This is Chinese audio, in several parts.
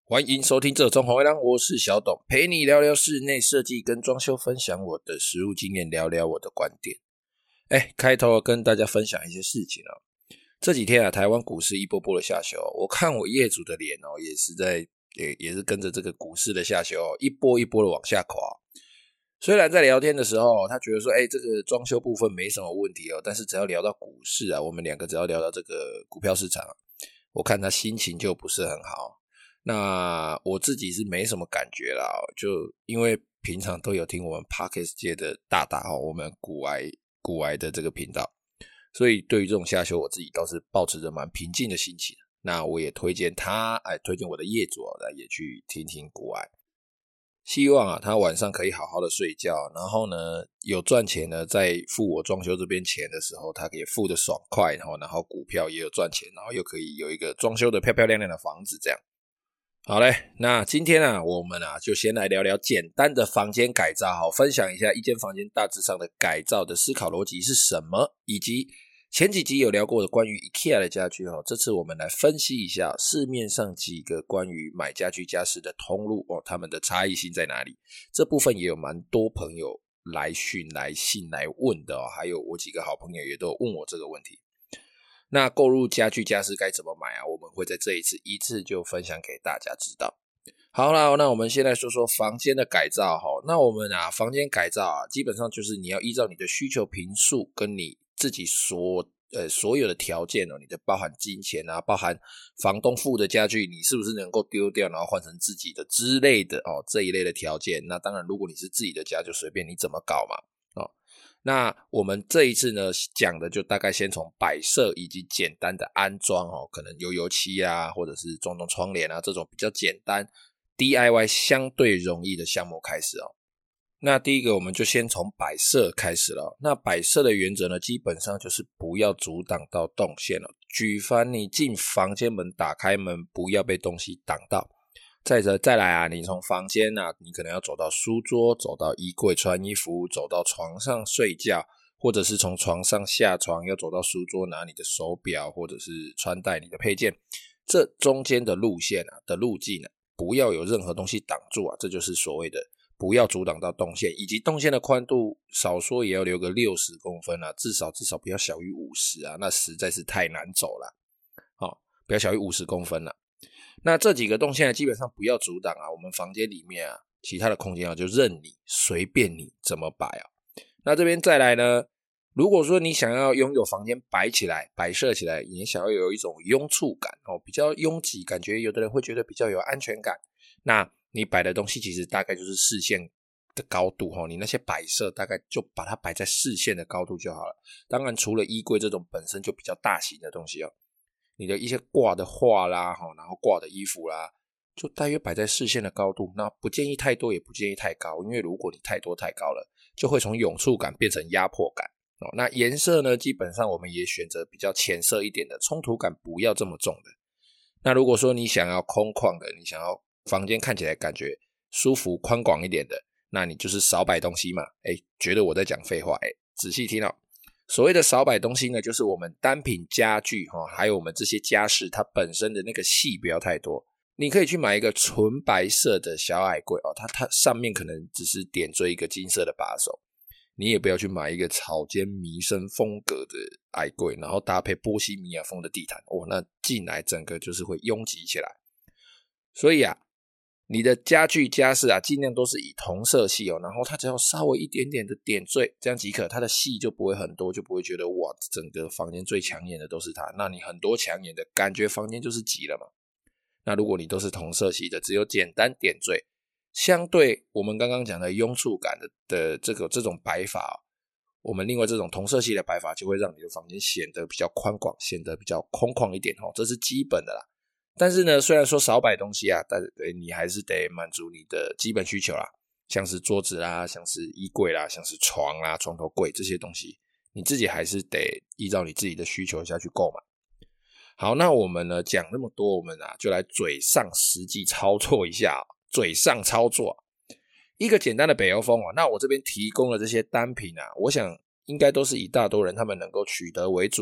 欢迎收听这中红卫狼，我是小董，陪你聊聊室内设计跟装修，分享我的实务经验，聊聊我的观点。开头跟大家分享一些事情哦。这几天台湾股市一波波的下修，我看我业主的脸也是跟着这个股市的下修一波一波的往下垮。虽然在聊天的时候他觉得说这个装修部分没什么问题但是只要聊到股市我们两个只要聊到这个股票市场我看他心情就不是很好。那我自己是没什么感觉啦，就因为平常都有听我们 Podcast 界的大大我们股癌的这个频道，所以对于这种下修我自己倒是抱持着蛮平静的心情。那我也推荐他推荐我的业主也去听听股癌，希望他晚上可以好好的睡觉，然后呢有赚钱呢在付我装修这边钱的时候他可以付得爽快，然后股票也有赚钱，然后又可以有一个装修的漂漂亮亮的房子这样。好嘞，那今天我们就先来聊聊简单的房间改造，分享一下一间房间大致上的改造的思考逻辑是什么，以及前几集有聊过的关于 IKEA 的家具这次我们来分析一下市面上几个关于买家具家饰的通路他们的差异性在哪里。这部分也有蛮多朋友来信来问的还有我几个好朋友也都有问我这个问题。那购入家具家饰该怎么买我们会在这一次就分享给大家知道。好啦，那我们先来说说房间的改造那我们房间改造基本上就是你要依照你的需求坪数跟你自己所有的条件你的包含金钱包含房东付的家具你是不是能够丢掉然后换成自己的之类的这一类的条件。那当然如果你是自己的家就随便你怎么搞嘛那我们这一次呢讲的就大概先从摆设以及简单的安装可能油漆或者是装窗帘这种比较简单 DIY 相对容易的项目开始那第一个我们就先从摆设开始了那摆设的原则呢基本上就是不要阻挡到动线举凡你进房间门打开门不要被东西挡到。再来你从房间你可能要走到书桌，走到衣柜穿衣服，走到床上睡觉，或者是从床上下床要走到书桌拿你的手表或者是穿戴你的配件。这中间的路线的路径不要有任何东西挡住这就是所谓的不要阻挡到动线，以及动线的宽度少说也要留个60公分至少不要小于50那实在是太难走了不要小于50公分那这几个动线基本上不要阻挡我们房间里面其他的空间就任你随便你怎么摆那这边再来呢，如果说你想要拥有房间摆起来摆设起来，你想要有一种拥簇感比较拥挤，感觉有的人会觉得比较有安全感，那你摆的东西其实大概就是视线的高度你那些摆设大概就把它摆在视线的高度就好了。当然除了衣柜这种本身就比较大型的东西你的一些挂的画啦然后挂的衣服啦就大约摆在视线的高度，那不建议太多也不建议太高，因为如果你太多太高了就会从拥簇感变成压迫感那颜色呢基本上我们也选择比较浅色一点的，冲突感不要这么重的。那如果说你想要空旷的，你想要房间看起来感觉舒服宽广一点的，那你就是少摆东西嘛。觉得我在讲废话仔细听所谓的少摆东西呢，就是我们单品家具还有我们这些家饰它本身的那个细不要太多。你可以去买一个纯白色的小矮柜它上面可能只是点缀一个金色的把手，你也不要去买一个草间弥生风格的矮柜，然后搭配波西米亚风的地毯那进来整个就是会拥挤起来。所以你的家具家饰尽量都是以同色系然后它只要稍微一点点的点缀，这样即可，它的系就不会很多，就不会觉得哇整个房间最抢眼的都是它，那你很多抢眼的感觉房间就是挤了嘛。那如果你都是同色系的，只有简单点缀，相对我们刚刚讲的拥簇感的这种摆法我们另外这种同色系的摆法就会让你的房间显得比较宽广，显得比较空旷一点这是基本的啦。但是呢虽然说少摆东西但你还是得满足你的基本需求啦，像是桌子啦，像是衣柜啦，像是床啦，床头柜这些东西你自己还是得依照你自己的需求下去购买。好，那我们呢讲那么多，我们就来嘴上实际操作一下嘴上操作一个简单的北欧风那我这边提供的这些单品我想应该都是以大多人他们能够取得为主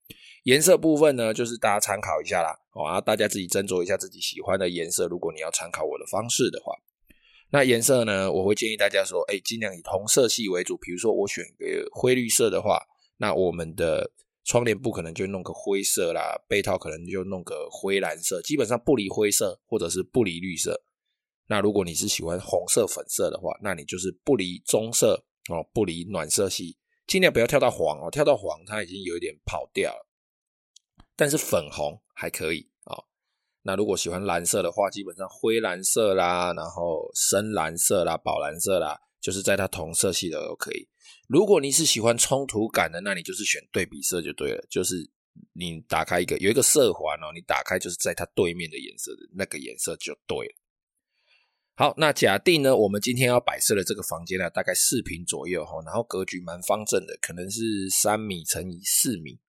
颜色部分呢，就是大家参考一下啦，大家自己斟酌一下自己喜欢的颜色，如果你要参考我的方式的话。那颜色呢，我会建议大家说尽量以同色系为主，比如说我选个灰绿色的话，那我们的窗帘布可能就弄个灰色啦，被套可能就弄个灰蓝色，基本上不离灰色或者是不离绿色。那如果你是喜欢红色粉色的话，那你就是不离棕色不离暖色系，尽量不要跳到黄跳到黄它已经有一点跑掉了，但是粉红还可以那如果喜欢蓝色的话，基本上灰蓝色啦，然后深蓝色啦，宝蓝色啦，就是在它同色系的都可以。如果你是喜欢冲突感的，那你就是选对比色就对了，就是你打开有一个色环你打开就是在它对面的颜色的那个颜色就对了。好，那假定呢，我们今天要摆设的这个房间大概4坪左右然后格局蛮方正的，可能是3米乘以4米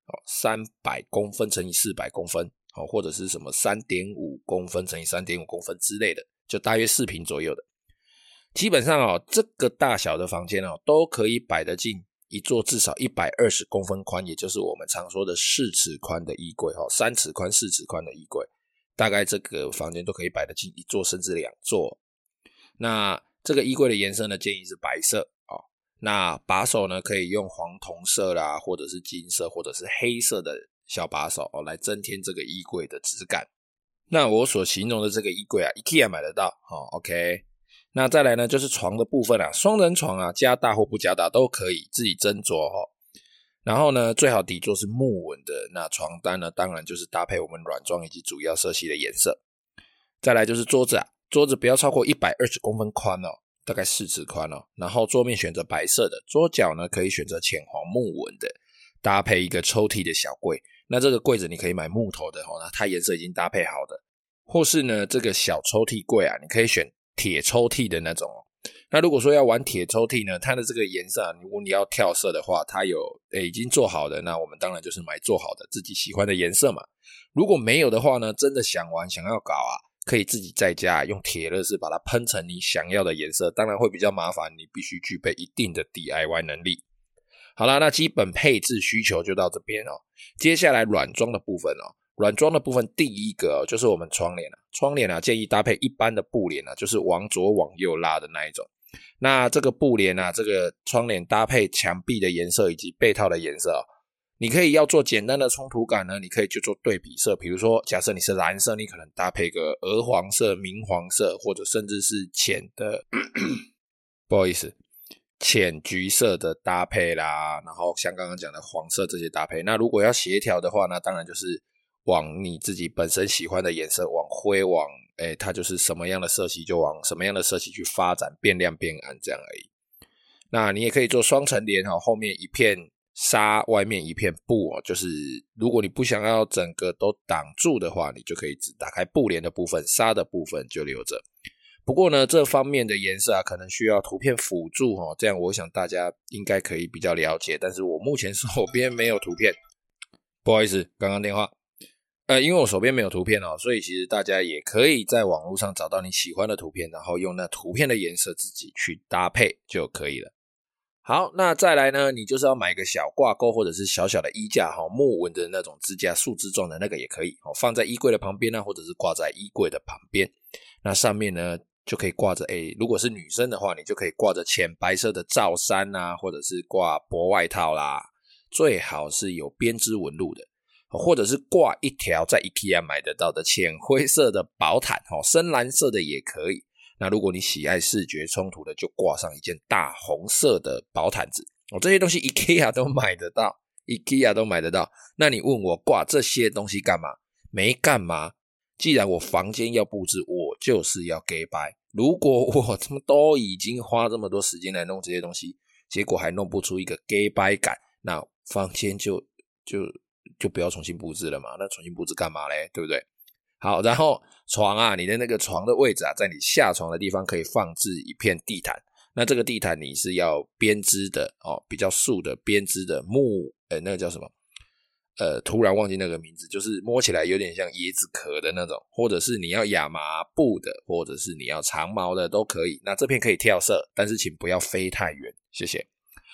300公分乘以400公分或者是什么 3.5 公分乘以 3.5 公分之类的，就大约4坪左右的。基本上这个大小的房间都可以摆得进一座至少120公分宽，也就是我们常说的4尺宽的衣柜3尺宽4尺宽的衣柜，大概这个房间都可以摆得进一座甚至2座。那这个衣柜的颜色呢，建议是白色那把手呢可以用黄铜色啦，或者是金色或者是黑色的小把手来增添这个衣柜的质感。那我所形容的这个衣柜IKEA 买得到OK。那再来呢就是床的部分双人床加大或不加大都可以自己斟酌然后呢最好底座是木纹的，那床单呢当然就是搭配我们软装以及主要色系的颜色。再来就是桌子桌子不要超过120公分宽大概4尺宽然后桌面选择白色的，桌角呢可以选择浅黄木纹的，搭配一个抽屉的小柜。那这个柜子你可以买木头的那它颜色已经搭配好的，或是呢这个小抽屉柜你可以选铁抽屉的那种那如果说要玩铁抽屉呢，它的这个颜色如果你要跳色的话，它有已经做好的，那我们当然就是买做好的自己喜欢的颜色嘛。如果没有的话呢，真的想玩想要搞可以自己在家用铁乐士把它喷成你想要的颜色，当然会比较麻烦，你必须具备一定的 DIY 能力。好啦，那基本配置需求就到这边接下来软装的部分软装的部分第一个就是我们窗帘窗帘建议搭配一般的布帘就是往左往右拉的那一种。那这个布帘这个窗帘搭配墙壁的颜色以及被套的颜色你可以要做简单的冲突感呢，你可以就做对比色，比如说假设你是蓝色，你可能搭配个鹅黄色、明黄色，或者甚至是浅的不好意思浅橘色的搭配啦，然后像刚刚讲的黄色这些搭配。那如果要协调的话，那当然就是往你自己本身喜欢的颜色，往灰往它就是什么样的色系就往什么样的色系去发展，变亮变暗这样而已。那你也可以做双层帘后面一片纱，外面一片布就是如果你不想要整个都挡住的话，你就可以只打开布帘的部分，纱的部分就留着。不过呢，这方面的颜色可能需要图片辅助这样我想大家应该可以比较了解，但是我目前手边没有图片，不好意思，刚刚电话。因为我手边没有图片所以其实大家也可以在网络上找到你喜欢的图片，然后用那图片的颜色自己去搭配就可以了。好，那再来呢，你就是要买个小挂钩或者是小小的衣架木纹的那种支架，树枝状的那个也可以放在衣柜的旁边或者是挂在衣柜的旁边。那上面呢就可以挂着如果是女生的话，你就可以挂着浅白色的罩衫或者是挂薄外套啦，最好是有编织纹路的，或者是挂一条在 IKEA 买得到的浅灰色的薄毯深蓝色的也可以。那如果你喜爱视觉冲突的，就挂上一件大红色的薄毯子这些东西 IKEA 都买得到， IKEA 都买得到。那你问我挂这些东西干嘛？没干嘛，既然我房间要布置，我就是要给白。如果我都已经花这么多时间来弄这些东西，结果还弄不出一个给白感，那房间就不要重新布置了嘛，那重新布置干嘛嘞，对不对？好，然后床你的那个床的位置在你下床的地方可以放置一片地毯，那这个地毯你是要编织的比较素的编织的木那个叫什么突然忘记那个名字，就是摸起来有点像椰子壳的那种，或者是你要亚麻布的，或者是你要长毛的都可以。那这片可以跳色，但是请不要飞太远，谢谢。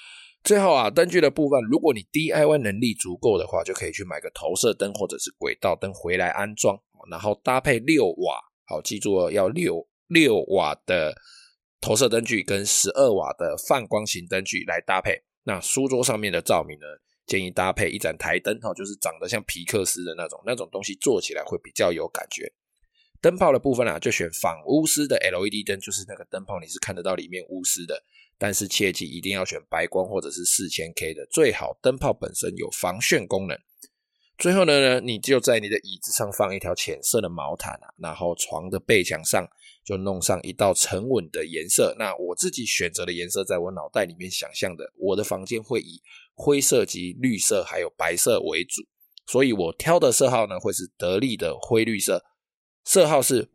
最后啊，灯具的部分，如果你 DIY 能力足够的话，就可以去买个投射灯或者是轨道灯回来安装，然后搭配6瓦，好，记住了，要6瓦的投射灯具跟12瓦的泛光型灯具来搭配。那书桌上面的照明呢，建议搭配一盏台灯，就是长得像皮克斯的那种东西，做起来会比较有感觉。灯泡的部分啊，就选仿钨丝的 LED 灯，就是那个灯泡你是看得到里面钨丝的，但是切记一定要选白光或者是 4000K 的，最好灯泡本身有防眩功能。最后呢，你就在你的椅子上放一条浅色的毛毯啊，然后床的背墙上就弄上一道沉稳的颜色。那我自己选择的颜色，在我脑袋里面想象的，我的房间会以灰色及绿色还有白色为主，所以我挑的色号呢会是得力的灰绿色，色号是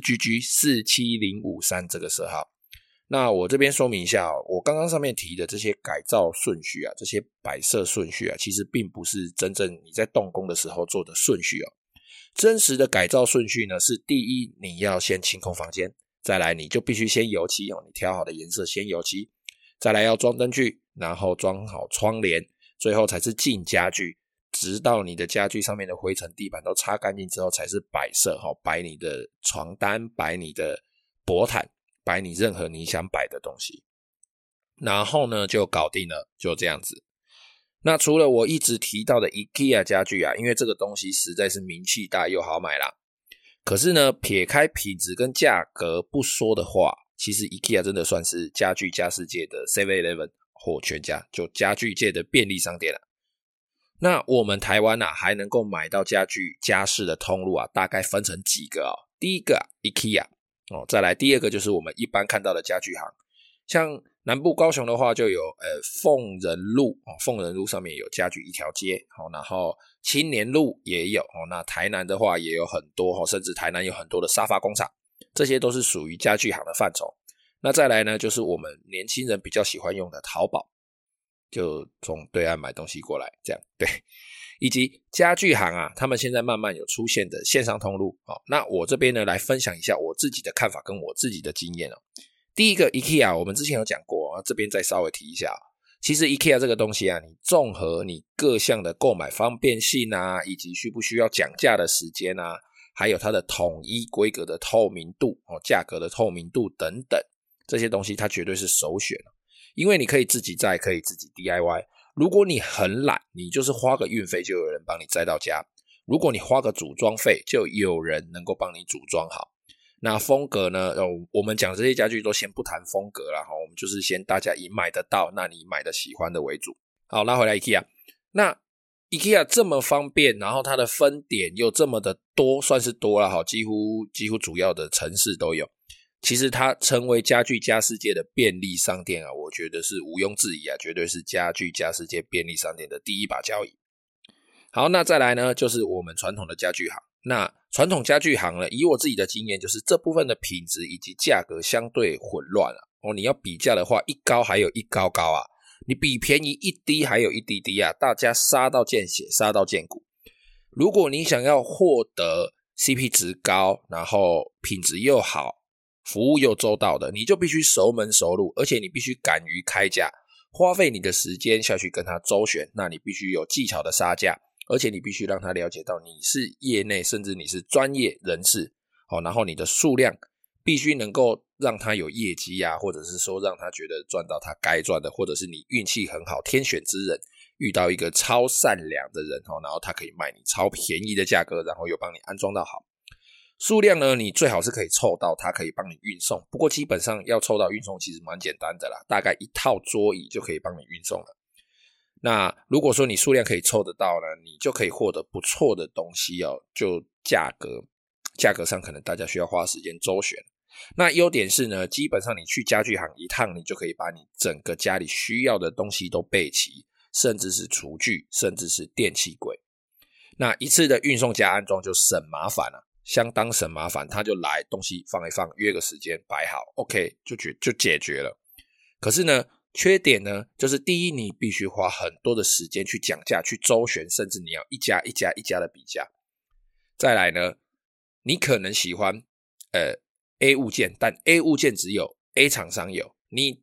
54GG47053 这个色号。那我这边说明一下我刚刚上面提的这些改造顺序啊，这些摆设顺序啊，其实并不是真正你在动工的时候做的顺序真实的改造顺序呢，是第一，你要先清空房间，再来你就必须先油漆你挑好的颜色先油漆，再来要装灯具，然后装好窗帘，最后才是进家具，直到你的家具上面的灰尘地板都擦干净之后，才是摆设摆你的床单，摆你的薄毯，摆你任何你想摆的东西，然后呢就搞定了，就这样子。那除了我一直提到的 IKEA 家具啊，因为这个东西实在是名气大又好买啦，可是呢撇开品质跟价格不说的话，其实 IKEA 真的算是家具家世界的 7-Eleven 或全家，就家具界的便利商店啦。那我们台湾啊还能够买到家具家饰的通路啊，大概分成几个第一个IKEA再来第二个就是我们一般看到的家具行，像南部高雄的话就有凤仁路凤仁路上面有家具一条街然后青年路也有那台南的话也有很多甚至台南有很多的沙发工厂，这些都是属于家具行的范畴。那再来呢就是我们年轻人比较喜欢用的淘宝，就从对岸买东西过来这样，对，以及家具行啊，他们现在慢慢有出现的线上通路那我这边呢来分享一下我自己的看法跟我自己的经验第一个 IKEA 我们之前有讲过这边再稍微提一下其实 IKEA 这个东西啊，你综合你各项的购买方便性啊，以及需不需要讲价的时间啊，还有它的统一规格的透明度价格的透明度等等，这些东西它绝对是首选因为你可以自己载，可以自己 DIY。如果你很懒，你就是花个运费就有人帮你载到家，如果你花个组装费，就有人能够帮你组装好。那风格呢我们讲这些家具都先不谈风格啦我们就是先大家以买得到，那你买的喜欢的为主。好，拉回来 IKEA， 那 IKEA 这么方便，然后它的分点又这么的多，算是多了几乎主要的城市都有，其实它成为家具家世界的便利商店我觉得是毋庸置疑绝对是家具家世界便利商店的第一把交椅。好，那再来呢就是我们传统的家具行。那传统家具行呢，以我自己的经验，就是这部分的品质以及价格相对混乱你要比价的话，一高还有一高你比便宜一低还有一低低大家杀到见血，杀到见骨。如果你想要获得 CP 值高，然后品质又好，服务又周到的，你就必须熟门熟路，而且你必须敢于开价，花费你的时间下去跟他周旋，那你必须有技巧的杀价，而且你必须让他了解到你是业内甚至你是专业人士然后你的数量必须能够让他有业绩或者是说让他觉得赚到他该赚的，或者是你运气很好，天选之人，遇到一个超善良的人然后他可以卖你超便宜的价格，然后又帮你安装到好。数量呢你最好是可以凑到他可以帮你运送，不过基本上要凑到运送其实蛮简单的啦，大概一套桌椅就可以帮你运送了。那如果说你数量可以凑得到呢，你就可以获得不错的东西就价格上可能大家需要花时间周旋。那优点是呢，基本上你去家具行一趟，你就可以把你整个家里需要的东西都备齐，甚至是厨具，甚至是电器柜。那一次的运送加安装就省麻烦相当省麻烦，他就来东西放一放，约个时间摆好 OK 就解决了。可是呢缺点呢就是第一，你必须花很多的时间去讲价，去周旋，甚至你要一家一家一家的比价。再来呢，你可能喜欢A 物件，但 A 物件只有 A 厂商有，你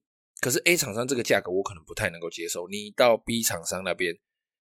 可是 A 厂商这个价格我可能不太能够接受，你到 B 厂商那边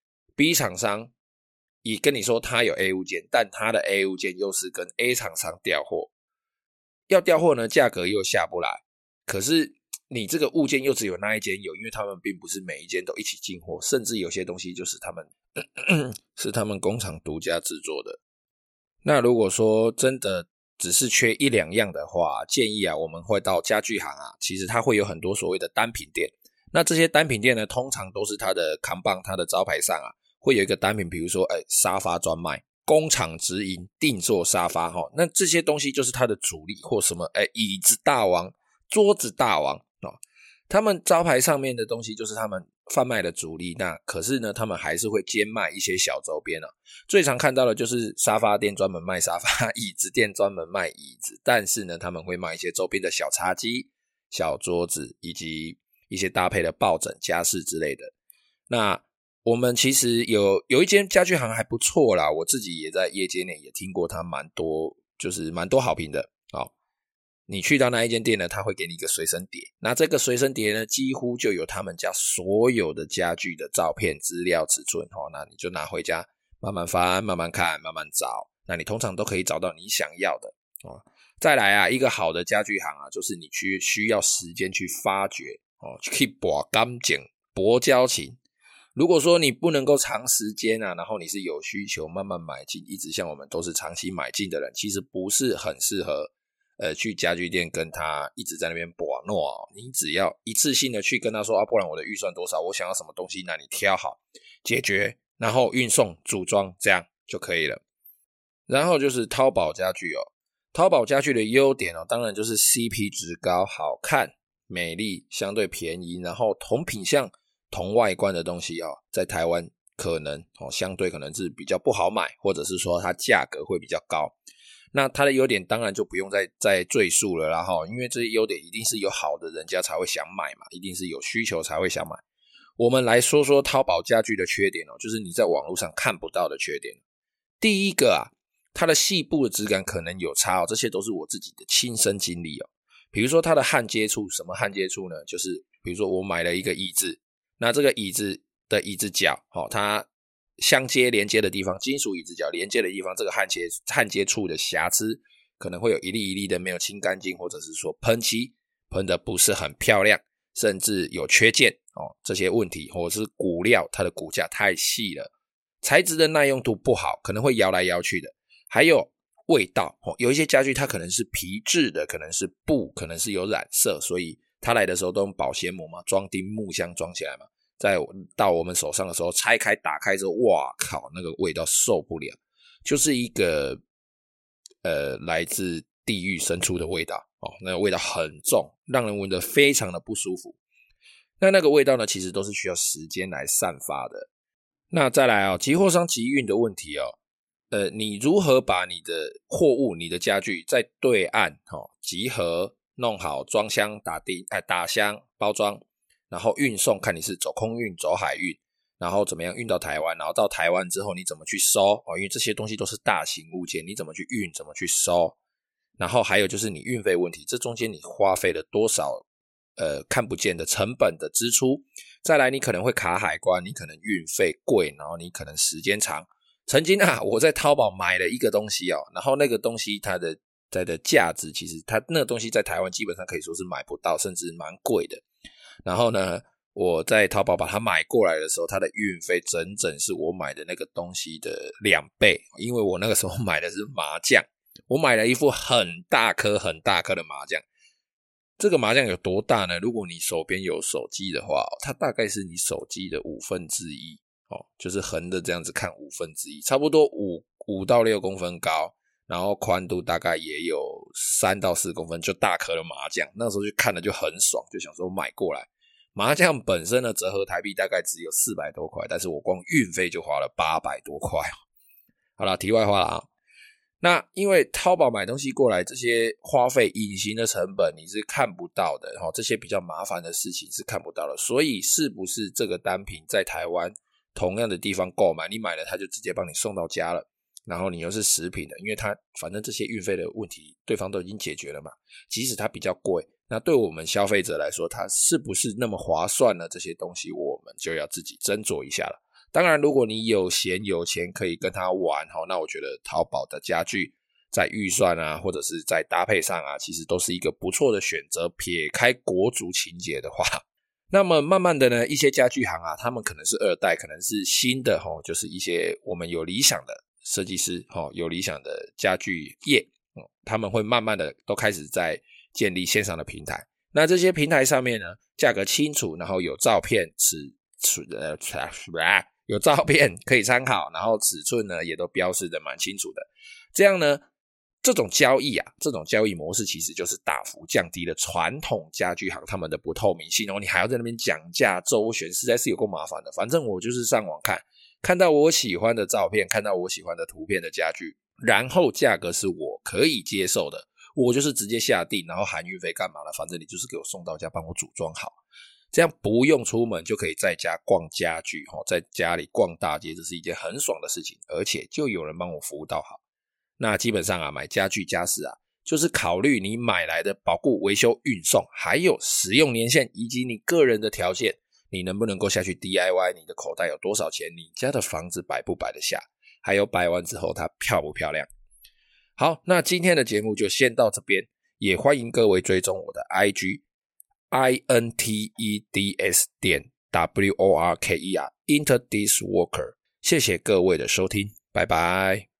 B 厂商也跟你说他有 A 物件，但他的 A 物件又是跟 A 厂商调货，要调货呢价格又下不来，可是你这个物件又只有那一间有，因为他们并不是每一间都一起进货，甚至有些东西就是他们是他们工厂独家制作的。那如果说真的只是缺一两样的话，建议我们会到家具行其实它会有很多所谓的单品店。那这些单品店呢，通常都是它的扛棒，它的招牌上会有一个单品，比如说沙发专卖，工厂直营定做沙发那这些东西就是它的主力，或什么椅子大王、桌子大王他们招牌上面的东西就是他们贩卖的主力，那可是呢他们还是会兼卖一些小周边最常看到的就是沙发店专门卖沙发，椅子店专门卖椅子，但是呢他们会卖一些周边的小茶几、小桌子，以及一些搭配的抱枕、家饰之类的。那我们其实有一间家具行还不错啦，我自己也在业界内也听过它蛮多好评的你去到那一间店呢，他会给你一个随身碟，那这个随身碟呢几乎就有他们家所有的家具的照片、资料、尺寸那你就拿回家慢慢翻、慢慢看、慢慢找，那你通常都可以找到你想要的再来一个好的家具行就是你需要时间去发掘去博感情、博交情。如果说你不能够长时间然后你是有需求慢慢买进，一直像我们都是长期买进的人，其实不是很适合去家具店跟他一直在那边博诺你只要一次性的去跟他说不然我的预算多少，我想要什么东西，那你挑好解决，然后运送组装，这样就可以了。然后就是淘宝家具淘宝家具的优点当然就是 CP 值高、好看、美丽、相对便宜，然后同品相、同外观的东西在台湾可能相对可能是比较不好买，或者是说它价格会比较高。那它的优点当然就不用再赘述了啦因为这些优点一定是有好的人家才会想买嘛，一定是有需求才会想买。我们来说说淘宝家具的缺点就是你在网络上看不到的缺点。第一个它的细部的质感可能有差这些都是我自己的亲身经历比如说它的焊接处，什么焊接处呢？就是比如说我买了一个椅子，那这个椅子的椅子脚它相接连接的地方，金属椅子脚连接的地方，这个焊接处的瑕疵可能会有一粒一粒的没有清干净，或者是说喷漆喷的不是很漂亮，甚至有缺件这些问题，或者是骨料它的骨架太细了，材质的耐用度不好，可能会摇来摇去的，还有味道有一些家具它可能是皮质的，可能是布，可能是有染色，所以它来的时候都用保鲜膜嘛，装订木箱装起来嘛，到我们手上的时候拆开打开之后，哇靠，那个味道受不了，就是一个来自地狱深处的味道那个味道很重，让人闻得非常的不舒服。那个味道呢其实都是需要时间来散发的。那再来集货商集运的问题你如何把你的货物、你的家具在对岸集合弄好，装箱、打箱、包装，然后运送，看你是走空运、走海运，然后怎么样运到台湾，然后到台湾之后你怎么去收因为这些东西都是大型物件，你怎么去运，怎么去收，然后还有就是你运费问题，这中间你花费了多少看不见的成本的支出，再来你可能会卡海关，你可能运费贵，然后你可能时间长。曾经我在淘宝买了一个东西然后那个东西它的价值，其实它那个东西在台湾基本上可以说是买不到，甚至蛮贵的。然后呢我在淘宝把它买过来的时候，它的运费整整是我买的那个东西的2倍，因为我那个时候买的是麻将，我买了一副很大颗的麻将。这个麻将有多大呢？如果你手边有手机的话它大概是你手机的1/5就是横的这样子看1/5，差不多5到6公分高，然后宽度大概也有3到4公分，就大颗的麻将。那时候就看了就很爽，就想说买过来。麻将本身呢折合台币大概只有400多块，但是我光运费就花了800多块好啦，题外话啦那因为淘宝买东西过来，这些花费隐形的成本你是看不到的这些比较麻烦的事情是看不到的，所以是不是这个单品在台湾同样的地方购买，你买了它就直接帮你送到家了， 然后你又是食品的，因为它反正这些运费的问题对方都已经解决了嘛，即使它比较贵，那对我们消费者来说它是不是那么划算呢？这些东西我们就要自己斟酌一下了。当然如果你有闲有钱可以跟他玩，那我觉得淘宝的家具在预算啊或者是在搭配上啊，其实都是一个不错的选择，撇开国族情节的话。那么慢慢的呢，一些家具行啊，他们可能是二代，可能是新的就是一些我们有理想的设计师有理想的家具业，他们会慢慢的都开始在建立线上的平台。那这些平台上面呢，价格清楚，然后有照片有照片可以参考，然后尺寸呢也都标示的蛮清楚的。这样呢，这种交易模式其实就是大幅降低了传统家具行他们的不透明性你还要在那边讲价周旋，实在是有够麻烦的。反正我就是上网看到我喜欢的照片，看到我喜欢的图片的家具，然后价格是我可以接受的，我就是直接下定，然后含运费干嘛了？反正你就是给我送到家，帮我组装好，这样不用出门就可以在家逛家具，在家里逛大街，这是一件很爽的事情，而且就有人帮我服务到好。那基本上啊，买家具家饰啊，就是考虑你买来的保固、维修、运送，还有使用年限以及你个人的条件，你能不能够下去 DIY， 你的口袋有多少钱，你家的房子摆不摆得下，还有摆完之后它漂不漂亮。好，那今天的节目就先到这边，也欢迎各位追踪我的 IG inteds.worker Interdisworker， 谢谢各位的收听，拜拜。